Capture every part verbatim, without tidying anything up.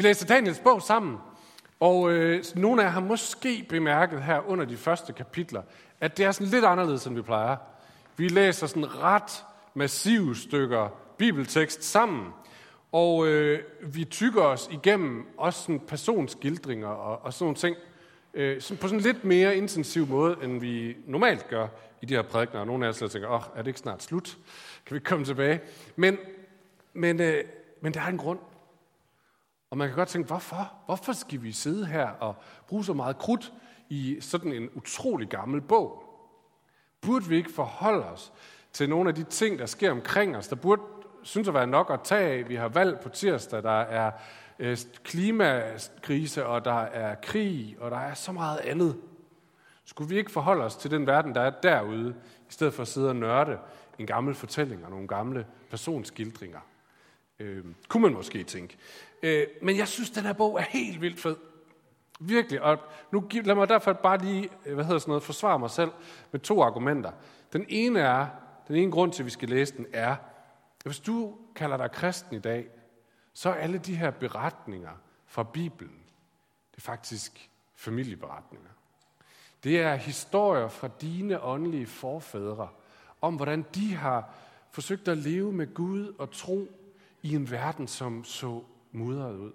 Vi læser Daniels bog sammen, og øh, nogle af jer har måske bemærket her under de første kapitler, at det er sådan lidt anderledes, end vi plejer. Vi læser sådan ret massive stykker bibeltekst sammen, og øh, vi tykker os igennem også sådan personskildringer og, og sådan nogle ting, øh, sådan på sådan lidt mere intensiv måde, end vi normalt gør i de her prædikener. Og nogle af jer tænker, åh, oh, er det ikke snart slut? Kan vi ikke komme tilbage? Men, men, øh, men der er en grund. Og man kan godt tænke, hvorfor? Hvorfor skal vi sidde her og bruge så meget krudt i sådan en utrolig gammel bog? Burde vi ikke forholde os til nogle af de ting, der sker omkring os? Der burde, synes at være nok at tage af. Vi har valg på tirsdag, der er øh, klimakrise, og der er krig, og der er så meget andet. Skulle vi ikke forholde os til den verden, der er derude, i stedet for at sidde og nørde en gammel fortælling og nogle gamle personskildringer? Øh, kunne man måske tænke. Øh, men jeg synes, den her bog er helt vildt fed. Virkelig. Og nu lad mig derfor bare lige, hvad hedder sådan noget, forsvare mig selv med to argumenter. Den ene er, den ene grund til, at vi skal læse den, er, at hvis du kalder dig kristen i dag, så er alle de her beretninger fra Bibelen, det er faktisk familieberetninger. Det er historier fra dine åndelige forfædre, om hvordan de har forsøgt at leve med Gud og tro i en verden, som så mudret ud.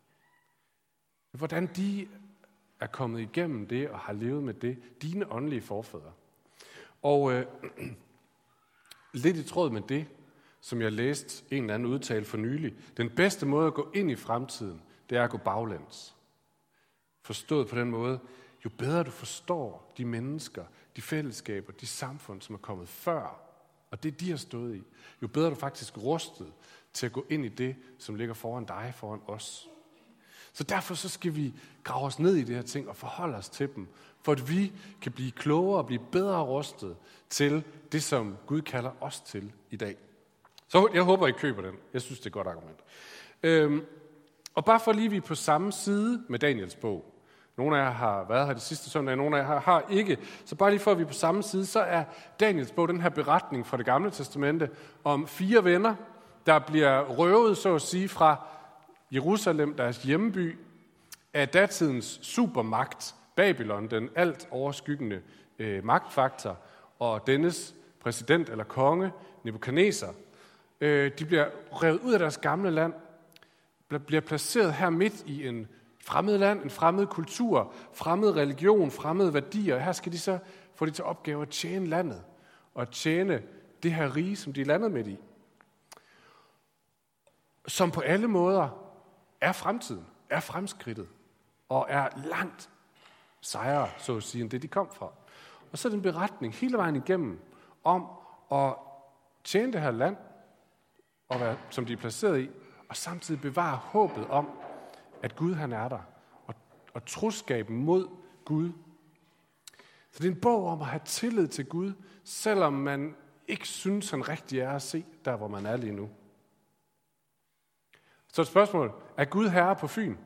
Hvordan de er kommet igennem det og har levet med det, dine åndelige forfædre. Og øh, lidt i tråd med det, som jeg læste en eller anden udtale for nylig, den bedste måde at gå ind i fremtiden, det er at gå baglæns. Forstået på den måde, jo bedre du forstår de mennesker, de fællesskaber, de samfund, som er kommet før, og det de har stået i, jo bedre er du faktisk rustet til at gå ind i det, som ligger foran dig, foran os. Så derfor så skal vi grave os ned i de her ting og forholde os til dem, for at vi kan blive klogere og blive bedre rustet til det, som Gud kalder os til i dag. Så jeg håber, I køber den. Jeg synes, det er et godt argument. Øhm, og bare for lige, vi er på samme side med Daniels bog. Nogle af jer har været her de sidste søndag, nogle af jer har ikke. Så bare lige for, at vi er på samme side, så er Daniels bog den her beretning fra Det Gamle Testamente om fire venner, der bliver røvet, så at sige, fra Jerusalem, deres hjemby, af datidens supermagt, Babylon, den alt overskyggende øh, magtfaktor, og dennes præsident eller konge, Nebukadneser. Øh, de bliver revet ud af deres gamle land, bliver placeret her midt i en fremmed land, en fremmed kultur, fremmed religion, fremmede værdier. Her skal de så få de til opgave at tjene landet, og tjene det her rige, som de er landet midt i. Som på alle måder er fremtiden, er fremskridtet, og er langt sejere, så at sige, end det, de kom fra. Og så er det en beretning hele vejen igennem om at tjene det her land, og være, som de er placeret i, og samtidig bevare håbet om, at Gud han er der, og, og troskaben mod Gud. Så det er en bog om at have tillid til Gud, selvom man ikke synes, han rigtig er at se der, hvor man er lige nu. Så et spørgsmål. Er Gud herre på Fyn?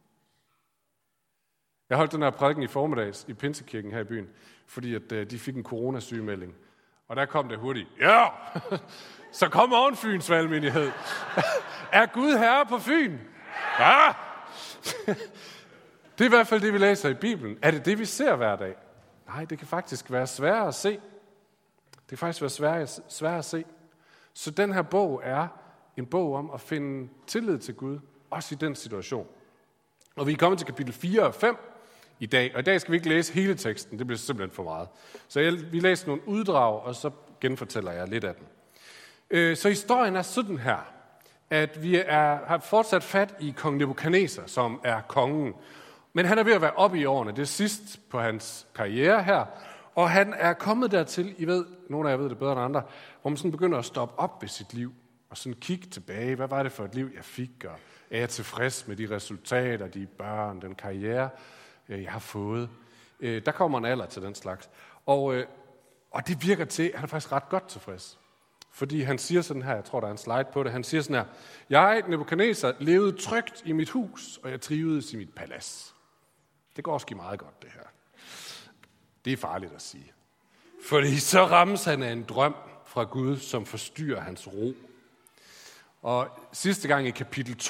Jeg holdt den her prædiken i formiddags i Pinsekirken her i byen, fordi at, uh, de fik en coronasygemelding. Og der kom det hurtigt. Ja! Så kom oven Fyns valgmenighed. Er Gud herre på Fyn? Ja! Det er i hvert fald det, vi læser i Bibelen. Er det det, vi ser hver dag? Nej, det kan faktisk være sværere at se. Det kan faktisk være sværere, sværere at se. Så den her bog er en bog om at finde tillid til Gud, også i den situation. Og vi er kommet til kapitel fire og fem i dag, og i dag skal vi ikke læse hele teksten, det bliver simpelthen for meget. Så jeg, vi læser nogle uddrag, og så genfortæller jeg lidt af den. Øh, så historien er sådan her, at vi er, har fortsat fat i kong Nebukadneser, som er kongen. Men han er ved at være oppe i årene, det er sidst på hans karriere her, og han er kommet dertil, I ved, nogle af jer ved det bedre end andre, hvor man sådan begynder at stoppe op ved sit liv, og sådan kigge tilbage, hvad var det for et liv, jeg fik, og er jeg tilfreds med de resultater, de børn, den karriere, jeg har fået. Der kommer en alder til den slags. Og, og det virker til, at han er faktisk ret godt tilfreds. Fordi han siger sådan her, jeg tror, der er en slide på det, han siger sådan her, jeg, Nebukadneser, levede trygt i mit hus, og jeg trivedes i mit palads. Det går også meget godt, det her. Det er farligt at sige. Fordi så rammes han af en drøm fra Gud, som forstyrrer hans ro. Og sidste gang i kapitel to,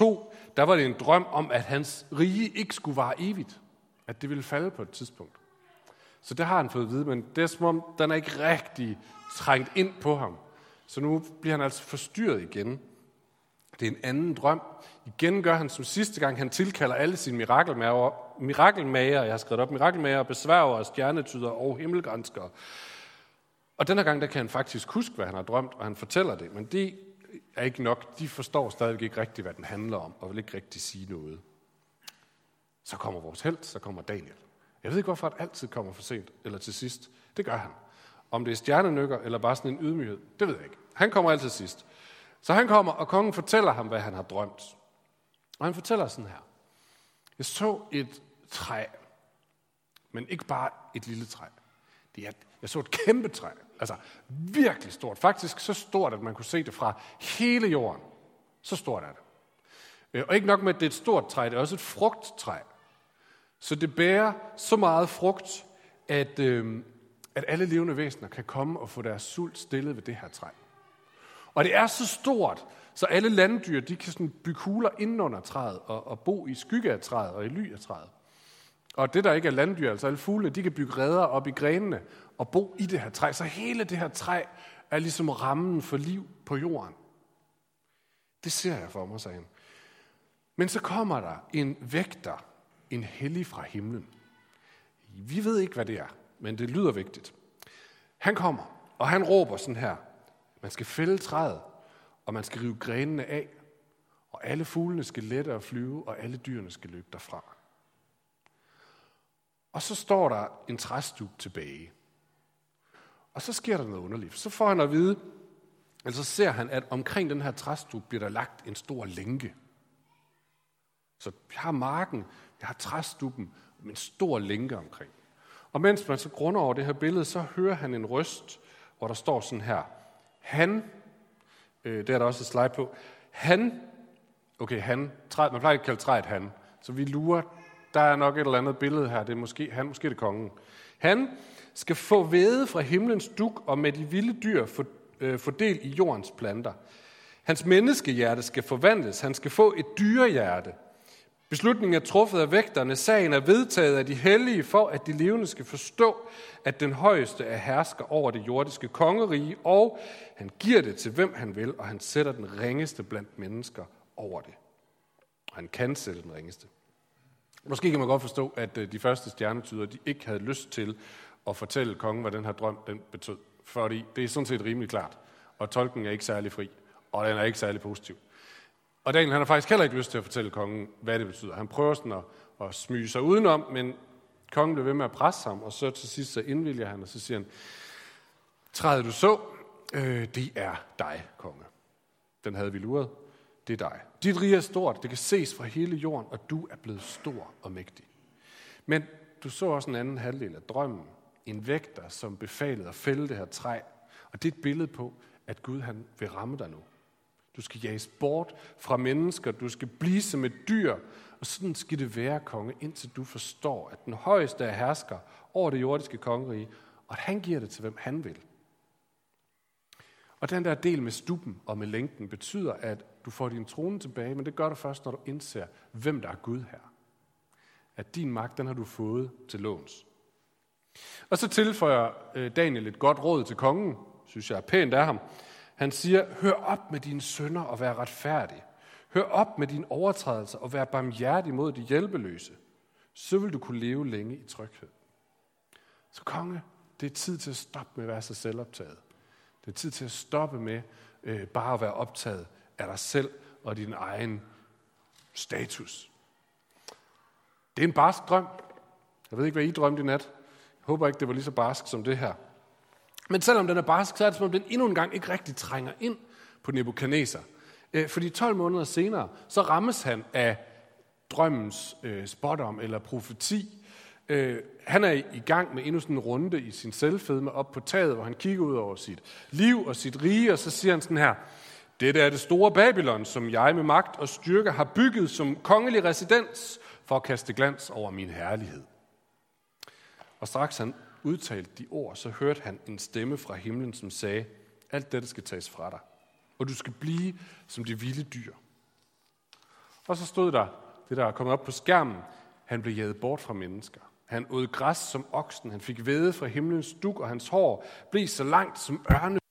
der var det en drøm om, at hans rige ikke skulle vare evigt. At det ville falde på et tidspunkt. Så det har han fået at vide, men det er som om, den er ikke rigtig trængt ind på ham. Så nu bliver han altså forstyrret igen. Det er en anden drøm. Igen gør han som sidste gang, han tilkalder alle sine mirakelmager, mirakelmager jeg har skrevet op, mirakelmager, besværger, stjernetyder og himmelgranskere. Og denne gang, der kan han faktisk huske, hvad han har drømt, og han fortæller det, men det er ikke nok. De forstår stadig ikke rigtigt, hvad den handler om, og vil ikke rigtig sige noget. Så kommer vores helt, så kommer Daniel. Jeg ved ikke, hvorfor han altid kommer for sent, eller til sidst. Det gør han. Om det er stjernenykker, eller bare sådan en ydmyghed, det ved jeg ikke. Han kommer altid sidst. Så han kommer, og kongen fortæller ham, hvad han har drømt. Og han fortæller sådan her. Jeg så et træ, men ikke bare et lille træ. Det er, jeg så et kæmpe træ, altså virkelig stort. Faktisk så stort, at man kunne se det fra hele jorden. Så stort er det. Og ikke nok med, at det er et stort træ, det er også et frugttræ. Så det bærer så meget frugt, at, øh, at alle levende væsener kan komme og få deres sult stillet ved det her træ. Og det er så stort, så alle landdyr, de kan sådan bygge huler inden under træet og, og bo i skygge af træet og i ly af træet. Og det, der ikke er landdyr, altså alle fugle, de kan bygge reder op i grenene og bo i det her træ. Så hele det her træ er ligesom rammen for liv på jorden. Det ser jeg for mig, sagde han. Men så kommer der en vægter, en hellig fra himlen. Vi ved ikke, hvad det er, men det lyder vigtigt. Han kommer, og han råber sådan her. Man skal fælde træet, og man skal rive grenene af, og alle fuglene skal lette og flyve, og alle dyrene skal løbe derfra. Og så står der en træstup tilbage. Og så sker der noget underligt. Så får han at vide, eller så ser han, at omkring den her træstup bliver der lagt en stor lænke. Så vi har marken, vi har træstuppen med en stor lænke omkring. Og mens man så grunder over det her billede, så hører han en røst, hvor der står sådan her. Han, øh, det er der også et slide på, han, okay, han, træ, man plejer ikke at kalde træet han, så vi lurer, der er nok et eller andet billede her, det er måske han, måske det er kongen. Han skal få væde fra himlens dug, og med de vilde dyr få, øh, få del i jordens planter. Hans menneskehjerte skal forvandles, han skal få et dyrehjerte. Beslutningen er truffet af vægterne, sagen er vedtaget af de hellige, for at de levende skal forstå, at den højeste er hersker over det jordiske kongerige, og han giver det til hvem han vil, og han sætter den ringeste blandt mennesker over det. Og han kan sætte den ringeste. Måske kan man godt forstå, at de første stjernetyder, de ikke havde lyst til at fortælle kongen, hvad den her drøm den betød. Fordi det er sådan set rimelig klart, og tolkningen er ikke særlig fri, og den er ikke særlig positiv. Og Daniel, han har faktisk heller ikke lyst til at fortælle kongen, hvad det betyder. Han prøver sådan at, at smyge sig udenom, men kongen bliver ved med at presse ham, og så til sidst så indvilger han, og så siger han, træet du så, øh, det er dig, konge. Den havde vi luret. Det er dig. Dit rige er stort, det kan ses fra hele jorden, og du er blevet stor og mægtig. Men du så også en anden halvdel af drømmen. En vægter, som befalede at fælde det her træ. Og det er et billede på, at Gud han vil ramme dig nu. Du skal jages bort fra mennesker, du skal blive som et dyr, og sådan skal det være, konge, indtil du forstår, at den højeste er hersker over det jordiske kongerige, og at han giver det til, hvem han vil. Og den der del med stuppen og med lænken betyder, at du får din trone tilbage, men det gør du først, når du indser, hvem der er Gud her. At din magt, den har du fået til låns. Og så tilføjer Daniel et godt råd til kongen, synes jeg er pænt af ham. Han siger, hør op med dine synder og vær retfærdig. Hør op med dine overtrædelser og vær barmhjertig mod de hjælpeløse. Så vil du kunne leve længe i tryghed. Så konge, det er tid til at stoppe med at være så selvoptaget. Det er tid til at stoppe med øh, bare at være optaget af dig selv og din egen status. Det er en barsk drøm. Jeg ved ikke, hvad I drømte i nat. Jeg håber ikke, det var lige så barsk som det her. Men selvom den er barsk, så er det som om den endnu en gang ikke rigtig trænger ind på Nebukadnesar. Fordi tolv måneder senere, så rammes han af drømmens øh, spådom eller profeti. Øh, han er i gang med endnu sådan en runde i sin selvfedme op på taget, hvor han kigger ud over sit liv og sit rige, og så siger han sådan her, dette er det store Babylon, som jeg med magt og styrke har bygget som kongelig residens for at kaste glans over min herlighed. Og straks han udtalte de ord, så hørte han en stemme fra himlen, som sagde, alt dette skal tages fra dig, og du skal blive som de vilde dyr. Og så stod der, det der er kommet op på skærmen, han blev jaget bort fra mennesker. Han åd græs som oksen, han fik hvede fra himlens dug, og hans hår blev så langt som ørne.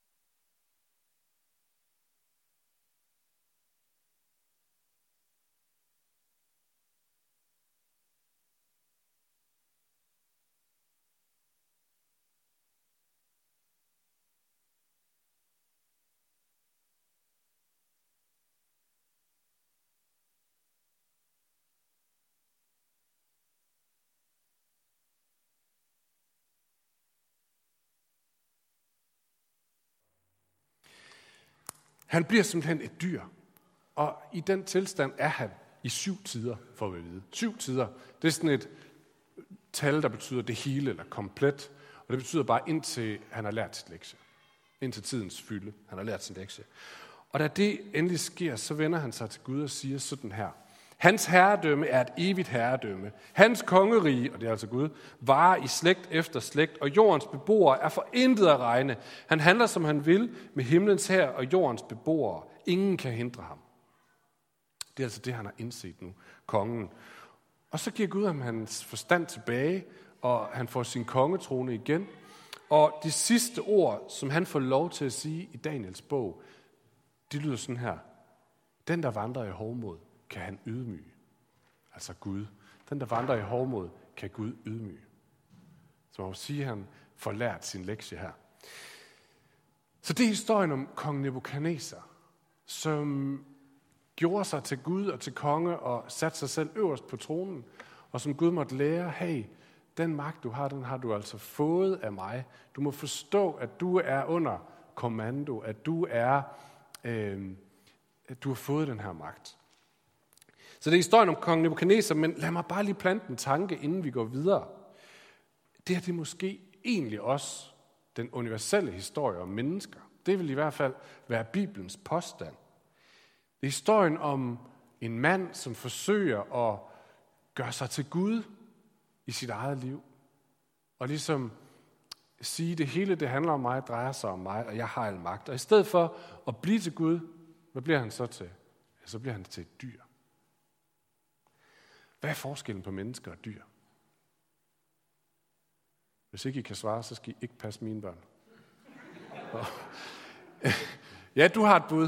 Han bliver simpelthen et dyr, og i den tilstand er han i syv tider, får vi vide. Syv tider, det er sådan et tal, der betyder det hele eller komplet, og det betyder bare indtil han har lært sit lektie. Indtil tidens fylde, han har lært sin lektie. Og da det endelig sker, så vender han sig til Gud og siger sådan her: Hans herredømme er et evigt herredømme. Hans kongerige, og det er altså Gud, varer i slægt efter slægt, og jordens beboere er for intet at regne. Han handler, som han vil, med himlens hær og jordens beboere. Ingen kan hindre ham. Det er altså det, han har indset nu, kongen. Og så giver Gud ham hans forstand tilbage, og han får sin kongetrone igen. Og de sidste ord, som han får lov til at sige i Daniels bog, de lyder sådan her: Den, der vandrer i hovmod, kan han ydmyge. Altså Gud. Den, der vandrer i hovmod, kan Gud ydmyge. Så man må sige, at han får lært sin lektie her. Så det er historien om kong Nebukadnesar, som gjorde sig til Gud og til konge og satte sig selv øverst på tronen, og som Gud måtte lære: hey, den magt, du har, den har du altså fået af mig. Du må forstå, at du er under kommando, at du er, øh, at du har fået den her magt. Så det er historien om kong Nebukadnesar, men lad mig bare lige plante en tanke, inden vi går videre. Det her, det er måske egentlig også den universelle historie om mennesker. Det vil i hvert fald være Bibelens påstand. Det er historien om en mand, som forsøger at gøre sig til Gud i sit eget liv. Og ligesom sige, at det hele, det handler om mig, drejer sig om mig, og jeg har al magt. Og i stedet for at blive til Gud, hvad bliver han så til? Ja, så bliver han til et dyr. Hvad er forskellen på mennesker og dyr? Hvis ikke I kan svare, så skal I ikke passe mine børn. Ja, du har et bud.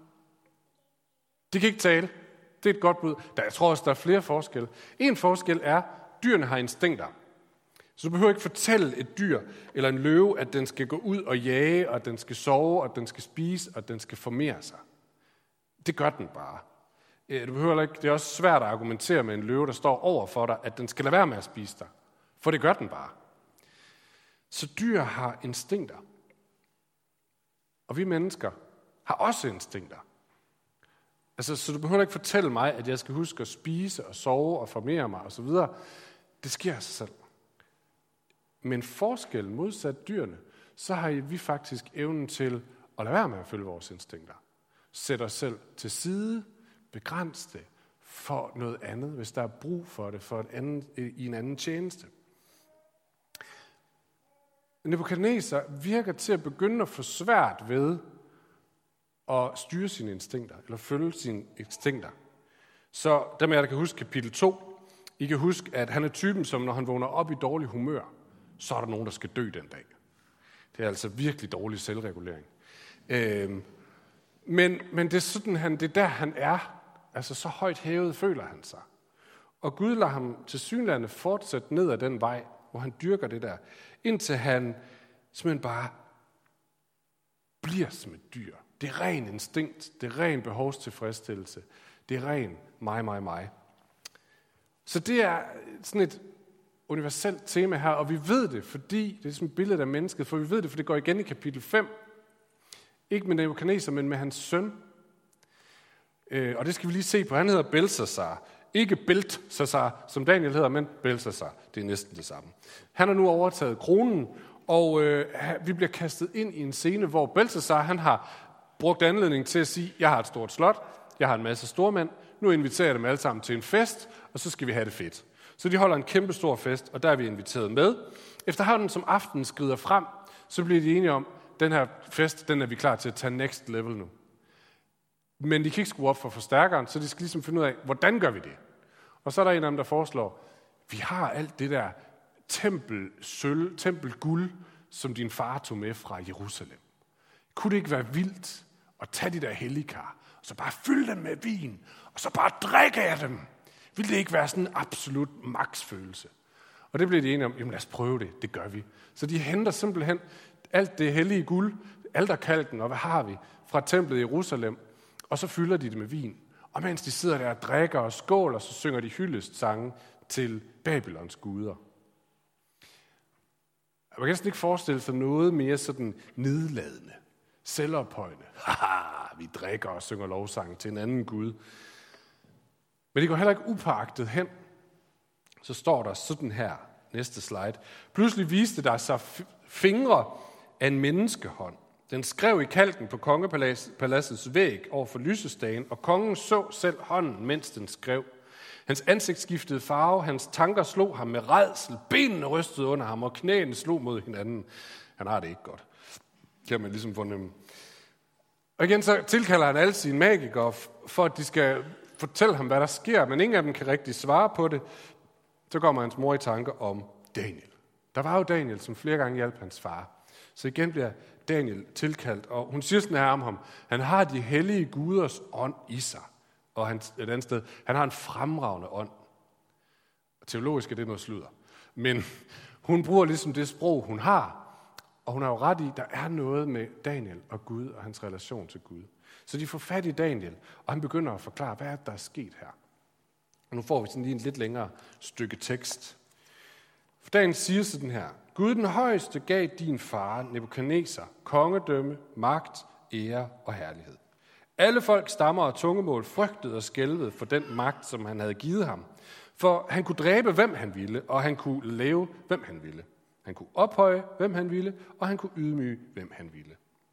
De kan ikke tale. Det er et godt bud. Jeg tror også, der er flere forskelle. En forskel er, at dyrene har instinkter. Så du behøver ikke fortælle et dyr eller en løve, at den skal gå ud og jage, og at den skal sove, og at den skal spise, og at den skal formere sig. Det gør den bare. Du behøver ikke, det er også svært at argumentere med en løve, der står over for dig, at den skal lade være med at spise dig. For det gør den bare. Så dyr har instinkter. Og vi mennesker har også instinkter. Altså, så du behøver ikke fortælle mig, at jeg skal huske at spise og sove og formere mig osv. Det sker af sig selv. Men forskellen modsat dyrene, så har vi faktisk evnen til at lade være med at følge vores instinkter. Sætte os selv til side, begrænse det for noget andet, hvis der er brug for det for et andet, i en anden tjeneste. Nebukadnesar virker til at begynde at få svært ved at styre sine instinkter, eller følge sine instinkter. Så dem af jer, der kan huske kapitel to, I kan huske, at han er typen, som når han vågner op i dårlig humør, så er der nogen, der skal dø den dag. Det er altså virkelig dårlig selvregulering. Øhm, men, men det er sådan, han, det er der, han er. Altså så højt hævet føler han sig. Og Gud lader ham til synlande fortsætte ned ad den vej, hvor han dyrker det der, indtil han simpelthen bare bliver som et dyr. Det er ren instinkt, det er ren behovstilfredsstillelse, det er ren mig, mig, mig. Så det er sådan et universelt tema her, og vi ved det, fordi det er sådan et billede af mennesket, for vi ved det, for det går igen i kapitel fem. Ikke med Nebukadnesar, men med hans søn. Øh, og det skal vi lige se på. Han hedder Belshazzar. Ikke Belteshazzar, som Daniel hedder, men Belshazzar. Det er næsten det samme. Han har nu overtaget kronen, og øh, vi bliver kastet ind i en scene, hvor Belshazzar, han har brugt anledning til at sige, jeg har et stort slot, jeg har en masse stormænd, nu inviterer jeg dem alle sammen til en fest, og så skal vi have det fedt. Så de holder en kæmpe stor fest, og der er vi inviteret med. Efterhånden som aftenen skrider frem, så bliver de enige om, den her fest, den er vi klar til at tage next level nu. Men de kan ikke skrue op for forstærkeren, så de skal ligesom finde ud af, hvordan gør vi det? Og så er der en af dem, der foreslår, vi har alt det der tempel, sølv, tempel guld, som din far tog med fra Jerusalem. Kunne det ikke være vildt at tage de der helligkar, og så bare fylde dem med vin, og så bare drikke af dem? Ville det ikke være sådan en absolut maksfølelse? Og det blev de enige om, jamen lad os prøve det, det gør vi. Så de henter simpelthen alt det hellige guld, alterkalken og hvad har vi, fra templet i Jerusalem, og så fylder de det med vin. Og mens de sidder der og drikker og skåler, så synger de hyldestsange til Babylons guder. Man kan næsten ikke forestille sig noget mere sådan nedladende, selvophøjende. Haha, vi drikker og synger lovsange til en anden gud. Men det går heller ikke upåagtet hen. Så står der sådan her, næste slide. Pludselig viste der sig fingre af en menneskehånd. Den skrev i kalken på kongepaladsets væg over for lysestagen, og kongen så selv hånden, mens den skrev. Hans ansigt skiftede farve, hans tanker slog ham med rædsel, benene rystede under ham, og knæene slog mod hinanden. Han har det ikke godt. Det kan man ligesom fornemme. Og igen så tilkalder han alle sine magikere, for at de skal fortælle ham, hvad der sker, men ingen af dem kan rigtig svare på det. Så kommer hans mor i tanke om Daniel. Der var jo Daniel, som flere gange hjalp hans far. Så igen bliver Daniel tilkaldt, og hun siger sådan her om ham. Han har de hellige guders ånd i sig. Og han, et andet sted, han har en fremragende ånd. Og teologisk er det noget sludder. Men hun bruger ligesom det sprog, hun har. Og hun har jo ret i, der er noget med Daniel og Gud og hans relation til Gud. Så de får fat i Daniel, og han begynder at forklare, hvad er der er sket her. Og nu får vi sådan lige en lidt længere stykke tekst. For Daniel siger sådan her. Gud den højeste gav din far, Nebukadnesar, kongedømme, magt, ære og herlighed. Alle folk, stammer og tungemål frygtede og skælvede for den magt, som han havde givet ham. For han kunne dræbe, hvem han ville, og han kunne leve, hvem han ville. Han kunne ophøje, hvem han ville, og han kunne ydmyge, hvem han ville.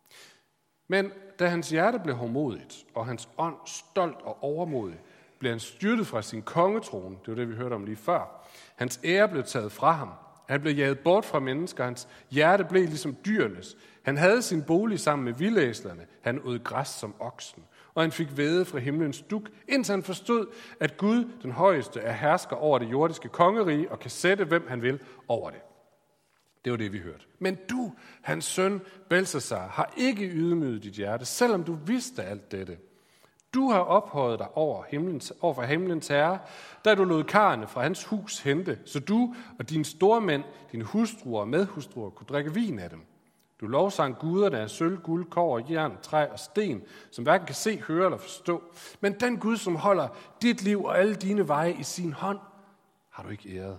Men da hans hjerte blev hårdmodigt, og hans ånd stolt og overmodig, blev han styrtet fra sin kongetrone. Det var det, vi hørte om lige før. Hans ære blev taget fra ham. Han blev jaget bort fra mennesker. Hans hjerte blev ligesom dyrenes. Han havde sin bolig sammen med vildæslerne. Han åd græs som oksen. Og han fik væde fra himlens dug, indtil han forstod, at Gud, den højeste, er hersker over det jordiske kongerige og kan sætte, hvem han vil, over det. Det var det, vi hørte. Men du, hans søn Belshazzar, har ikke ydmyget dit hjerte, selvom du vidste alt dette. Du har ophøjet dig over, himlens, over for himlens herre, da du lod karrene fra hans hus hente, så du og dine stormænd, dine hustruer og medhustruer, kunne drikke vin af dem. Du lovsang guder, der er sølv, guld, kobber, jern, træ og sten, som hverken kan se, høre eller forstå. Men den Gud, som holder dit liv og alle dine veje i sin hånd, har du ikke æret.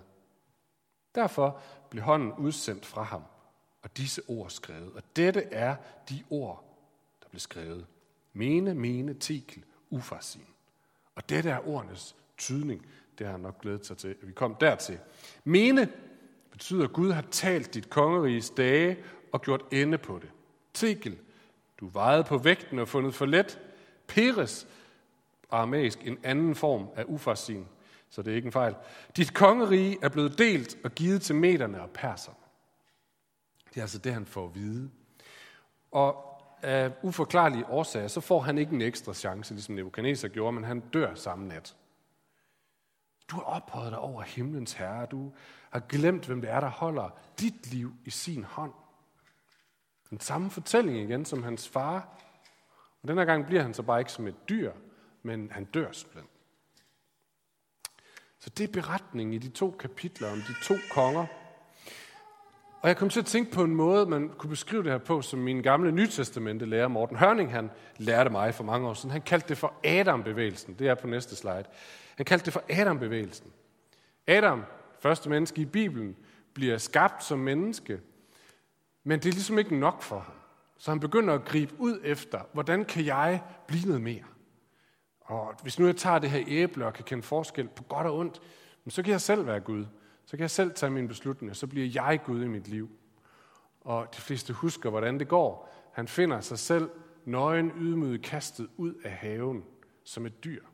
Derfor blev hånden udsendt fra ham, og disse ord skrevet. Og dette er de ord, der blev skrevet. Mene, mene, tekel, ufarsin. Og dette er ordenes tydning. Det har han nok glædet sig til, at vi kom dertil. Mene betyder, at Gud har talt dit kongeriges dage og gjort ende på det. Tekel, du vejede på vægten og fundet for let. Peres, aramæisk, en anden form af ufarsin, så det er ikke en fejl. Dit kongerige er blevet delt og givet til mederne og perserne. Det er altså det, han får at vide. Og af uforklarlige årsager, så får han ikke en ekstra chance, ligesom Nebukadnesar gjorde, men han dør samme nat. Du har ophøjet dig over himlens herre. Du har glemt, hvem det er, der holder dit liv i sin hånd. Den samme fortælling igen som hans far. Og denne gang bliver han så bare ikke som et dyr, men han dør simpelthen. Så det er beretningen i de to kapitler om de to konger. Og jeg kom til at tænke på en måde, man kunne beskrive det her på, som min gamle Nytestamente lærer Morten Hørning, han lærte mig for mange år siden. Han kaldte det for Adam-bevægelsen. Det er på næste slide. Han kaldte det for Adam-bevægelsen. Adam, første menneske i Bibelen, bliver skabt som menneske, men det er ligesom ikke nok for ham. Så han begynder at gribe ud efter, hvordan kan jeg blive noget mere? Og hvis nu jeg tager det her æble og kan kende forskel på godt og ondt, så kan jeg selv være Gud. Så kan jeg selv tage mine beslutninger, så bliver jeg Gud i mit liv. Og de fleste husker, hvordan det går. Han finder sig selv nøgen ydmyget kastet ud af haven som et dyr.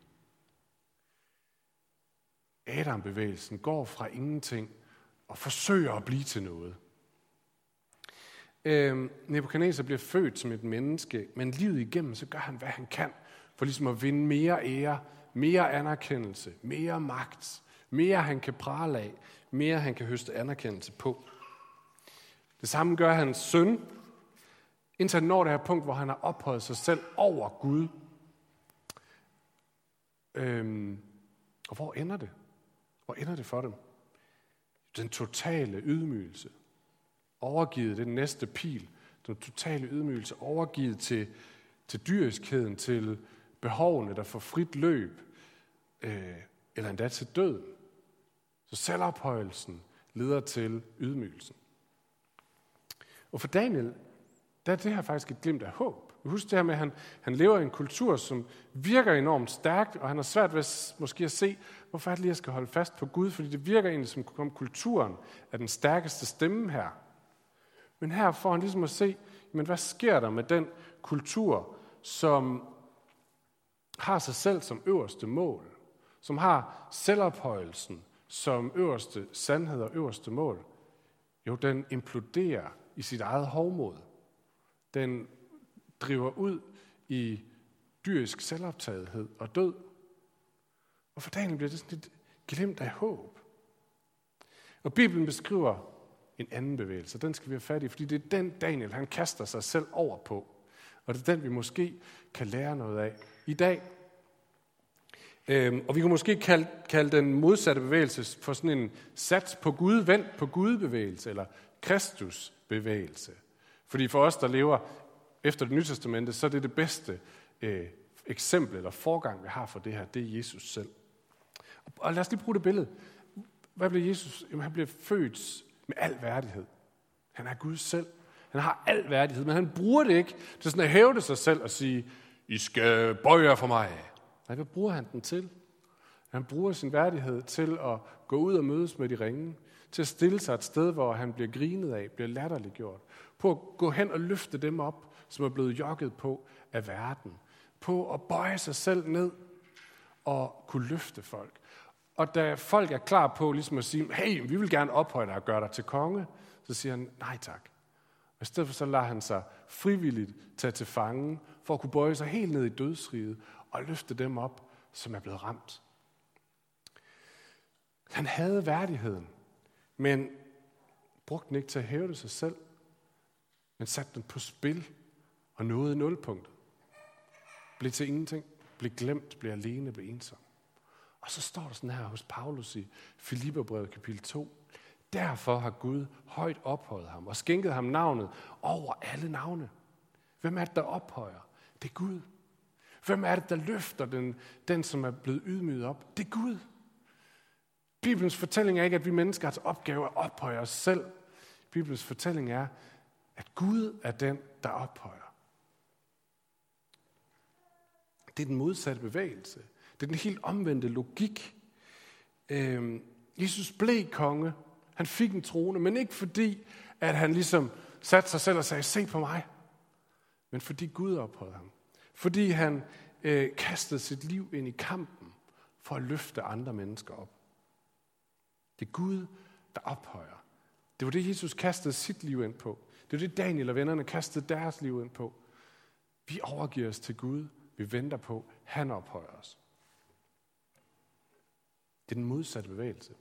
Adam-bevægelsen går fra ingenting og forsøger at blive til noget. Øh, Nebukadnesar bliver født som et menneske, men livet igennem, så gør han, hvad han kan for ligesom at vinde mere ære, mere anerkendelse, mere magt, mere han kan prale af, mere han kan høste anerkendelse på. Det samme gør hans søn, indtil han når det her punkt, hvor han har ophøjet sig selv over Gud. Øhm, og hvor ender det? Hvor ender det for dem? Den totale ydmygelse. Overgivet, det næste pil. Den totale ydmygelse. Overgivet til, til dyriskheden, til behovene, der får frit løb. Øh, eller endda til døden. Så selvophøjelsen leder til ydmygelsen. Og for Daniel, der er det her faktisk et glimt af håb. Husk det her med, at han, han lever i en kultur, som virker enormt stærkt, og han har svært ved måske at se, hvorfor er det lige, jeg skal holde fast på Gud, fordi det virker egentlig som om kulturen er den stærkeste stemme her. Men her får han ligesom at se, men hvad sker der med den kultur, som har sig selv som øverste mål, som har selvophøjelsen som øverste sandhed og øverste mål? Jo, den imploderer i sit eget hovmod. Den driver ud i dyrisk selvoptagethed og død. Og for Daniel bliver det sådan lidt glimt af håb. Og Bibelen beskriver en anden bevægelse, den skal vi have fat i, fordi det er den Daniel, han kaster sig selv over på. Og det er den, vi måske kan lære noget af i dag. Øhm, og vi kan måske kalde, kalde den modsatte bevægelse for sådan en sats på Gud, vendt på Gud bevægelse, eller Kristus bevægelse. Fordi for os, der lever efter det nye testamente, så er det det bedste øh, eksempel eller forgang, vi har for det her, det er Jesus selv. Og lad os lige bruge det billede. Hvad blev Jesus? Jamen, han blev født med al værdighed. Han er Gud selv. Han har al værdighed, men han bruger det ikke til sådan at hævde sig selv og sige, I skal bøje jer for mig. Nej, hvad bruger han den til? Han bruger sin værdighed til at gå ud og mødes med de ringe, til at stille sig et sted, hvor han bliver grinet af, bliver latterliggjort, på at gå hen og løfte dem op, som er blevet jokket på af verden, på at bøje sig selv ned og kunne løfte folk. Og da folk er klar på ligesom at sige, hey, vi vil gerne ophøje dig og gøre dig til konge, så siger han, nej tak. Og i stedet for så lader han sig frivilligt tage til fange, for at kunne bøje sig helt ned i dødsriget og løfte dem op, som er blevet ramt. Han havde værdigheden, men brugte den ikke til at hævde sig selv, men satte den på spil og nåede nulpunktet. Blev til ingenting, blev glemt, blev alene, blev ensom. Og så står der sådan her hos Paulus i Filipperbrevet kapitel to. Derfor har Gud højt ophøjet ham og skænket ham navnet over alle navne. Hvem er det, der ophøjer? Det er Gud. Hvem er det, der løfter den, den som er blevet ydmyget op? Det er Gud. Bibelens fortælling er ikke, at vi mennesker har til opgave at ophøje os selv. Bibelens fortælling er, at Gud er den, der ophøjer. Det er den modsatte bevægelse. Det er den helt omvendte logik. Øhm, Jesus blev konge. Han fik en trone, men ikke fordi, at han ligesom satte sig selv og sagde, se på mig. Men fordi Gud ophøjede ham. Fordi han øh, kastede sit liv ind i kampen for at løfte andre mennesker op. Det er Gud, der ophøjer. Det var det, Jesus kastede sit liv ind på. Det var det, Daniel og vennerne kastede deres liv ind på. Vi overgiver os til Gud. Vi venter på, han ophøjer os. Det er den modsatte bevægelse.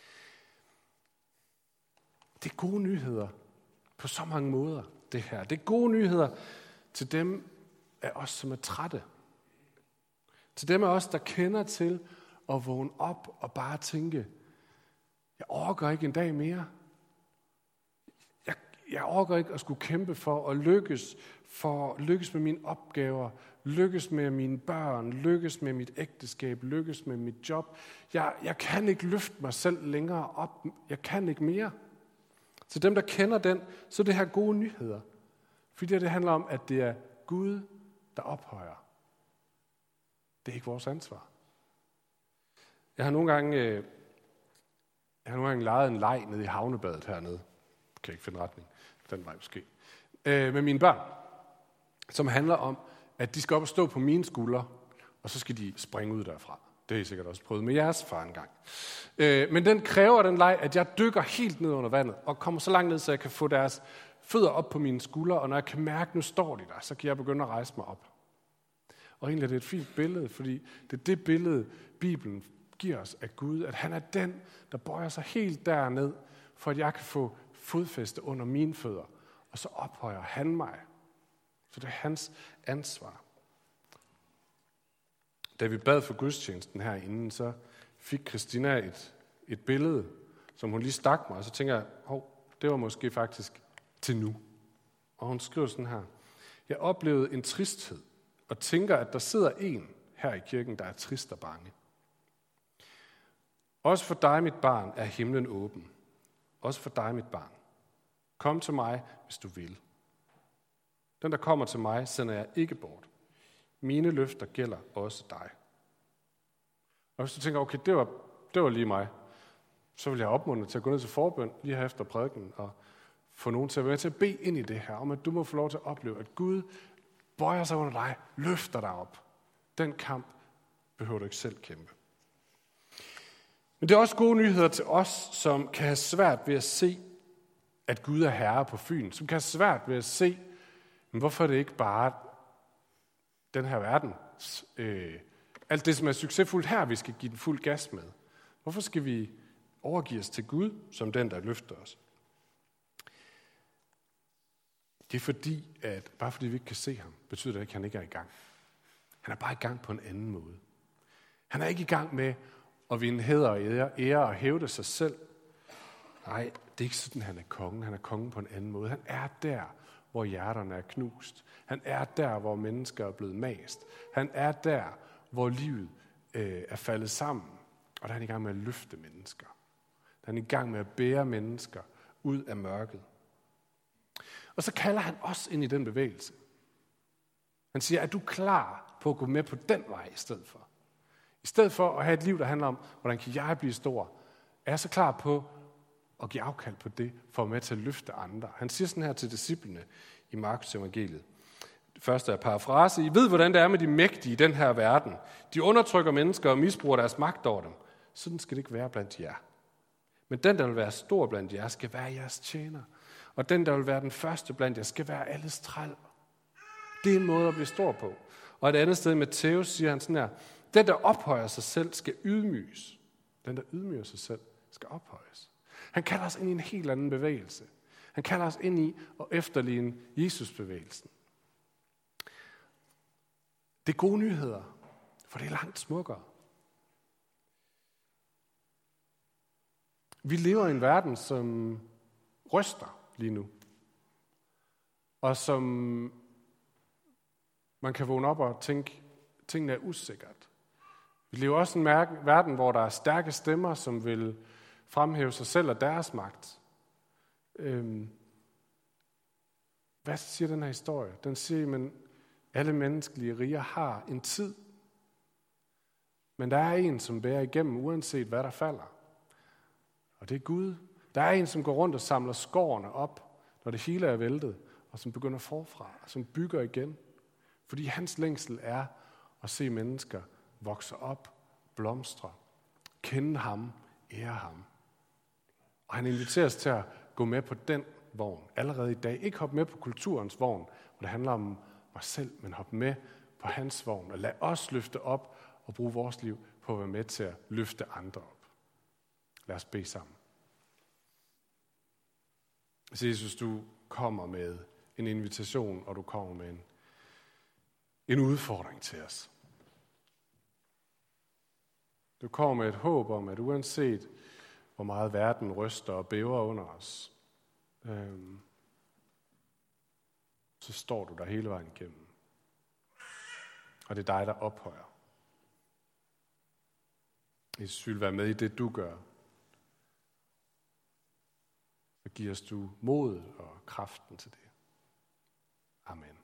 Det er gode nyheder på så mange måder, det her. Det er gode nyheder til dem af os, som er trætte. Til dem af os, der kender til at vågne op og bare tænke, jeg orker ikke en dag mere. Jeg, jeg orker ikke at skulle kæmpe for at lykkes, for at lykkes med mine opgaver, lykkes med mine børn, lykkes med mit ægteskab, lykkes med mit job. Jeg, jeg kan ikke løfte mig selv længere op. Jeg kan ikke mere. Til dem, der kender den, så er det her gode nyheder. Fordi det handler om, at det er Gud, der ophøjer. Det er ikke vores ansvar. Jeg har nogle gange, jeg har nogle gange lejet en leg nede i havnebadet hernede. Kan jeg ikke finde retning. Den vej måske. Med mine børn. Som handler om, at de skal op og stå på mine skuldre, og så skal de springe ud derfra. Det har I sikkert også prøvet med jeres far engang. Øh, men den kræver den leg, at jeg dykker helt ned under vandet, og kommer så langt ned, så jeg kan få deres fødder op på mine skuldre, og når jeg kan mærke, nu står de der, så kan jeg begynde at rejse mig op. Og egentlig er det et fint billede, fordi det er det billede, Bibelen giver os af Gud, at han er den, der bøjer sig helt derned, for at jeg kan få fodfæste under mine fødder, og så ophøjer han mig. Så det er hans ansvar. Da vi bad for gudstjenesten herinde, så fik Christina et, et billede, som hun lige stak mig, og så tænker jeg, hov, det var måske faktisk til nu. Og hun skriver sådan her: Jeg oplevede en tristhed, og tænker, at der sidder en her i kirken, der er trist og bange. Også for dig, mit barn, er himlen åben. Også for dig, mit barn. Kom til mig, hvis du vil. Den, der kommer til mig, sender jeg ikke bort. Mine løfter gælder også dig. Og hvis du tænker, okay, det var, det var lige mig, så vil jeg opmuntre til at gå ned til forbøn lige her efter prædiken og få nogen til at være med til at bede ind i det her, om at du må få lov til at opleve, at Gud bøjer sig under dig, løfter dig op. Den kamp behøver du ikke selv kæmpe. Men det er også gode nyheder til os, som kan have svært ved at se, at Gud er herre på Fyn. Som kan have svært ved at se, men hvorfor er det ikke bare den her verden, øh, alt det, som er succesfuldt her, vi skal give den fuld gas med. Hvorfor skal vi overgive os til Gud, som den, der løfter os? Det er fordi, at bare fordi vi ikke kan se ham, betyder det ikke, at han ikke er i gang. Han er bare i gang på en anden måde. Han er ikke i gang med at vinde hæder og ære, ære og hævde sig selv. Nej, det er ikke sådan, han er kongen. Han er kongen på en anden måde. Han er der, hvor hjerterne er knust. Han er der, hvor mennesker er blevet mast. Han er der, hvor livet øh, er faldet sammen. Og der er han i gang med at løfte mennesker. Der er han i gang med at bære mennesker ud af mørket. Og så kalder han os ind i den bevægelse. Han siger, er du klar på at gå med på den vej i stedet for? I stedet for at have et liv, der handler om, hvordan kan jeg blive stor, er jeg så klar på at give afkald på det, for at være med til at løfte andre. Han siger sådan her til disciplene i Markus evangeliet. Det første er parafrase. I ved, hvordan det er med de mægtige i den her verden. De undertrykker mennesker og misbruger deres magt over dem. Sådan skal det ikke være blandt jer. Men den, der vil være stor blandt jer, skal være jeres tjener. Og den, der vil være den første blandt jer, skal være alles træl. Det er en måde at blive stor på. Og et andet sted i Matthæus siger han sådan her: den, der ophøjer sig selv, skal ydmyges. Den, der ydmyger sig selv, skal ophøjes. Han kalder os ind i en helt anden bevægelse. Han kalder os ind i at efterligne Jesus-bevægelsen. Det er gode nyheder, for det er langt smukkere. Vi lever i en verden, som ryster lige nu. Og som man kan vågne op og tænke, tingene er usikkert. Vi lever også i en verden, hvor der er stærke stemmer, som vil fremhæve sig selv og deres magt. Øhm, hvad siger den her historie? Den siger, at alle menneskelige riger har en tid. Men der er en, som bærer igennem, uanset hvad der falder. Og det er Gud. Der er en, som går rundt og samler skårene op, når det hele er væltet, og som begynder forfra, og som bygger igen. Fordi hans længsel er at se mennesker vokse op, blomstre, kende ham, ære ham. Og han inviterer os til at gå med på den vogn allerede i dag. Ikke hoppe med på kulturens vogn, hvor det handler om mig selv, men hoppe med på hans vogn. Og lad os løfte op og bruge vores liv på at være med til at løfte andre op. Lad os bede sammen. Så Jesus, du kommer med en invitation, og du kommer med en, en udfordring til os. Du kommer med et håb om, at uanset hvor meget verden ryster og bæver under os, øhm, så står du der hele vejen igennem. Og det er dig, der ophøjer. Jesus vil være med i det, du gør. Så giver os du mod og kraften til det. Amen.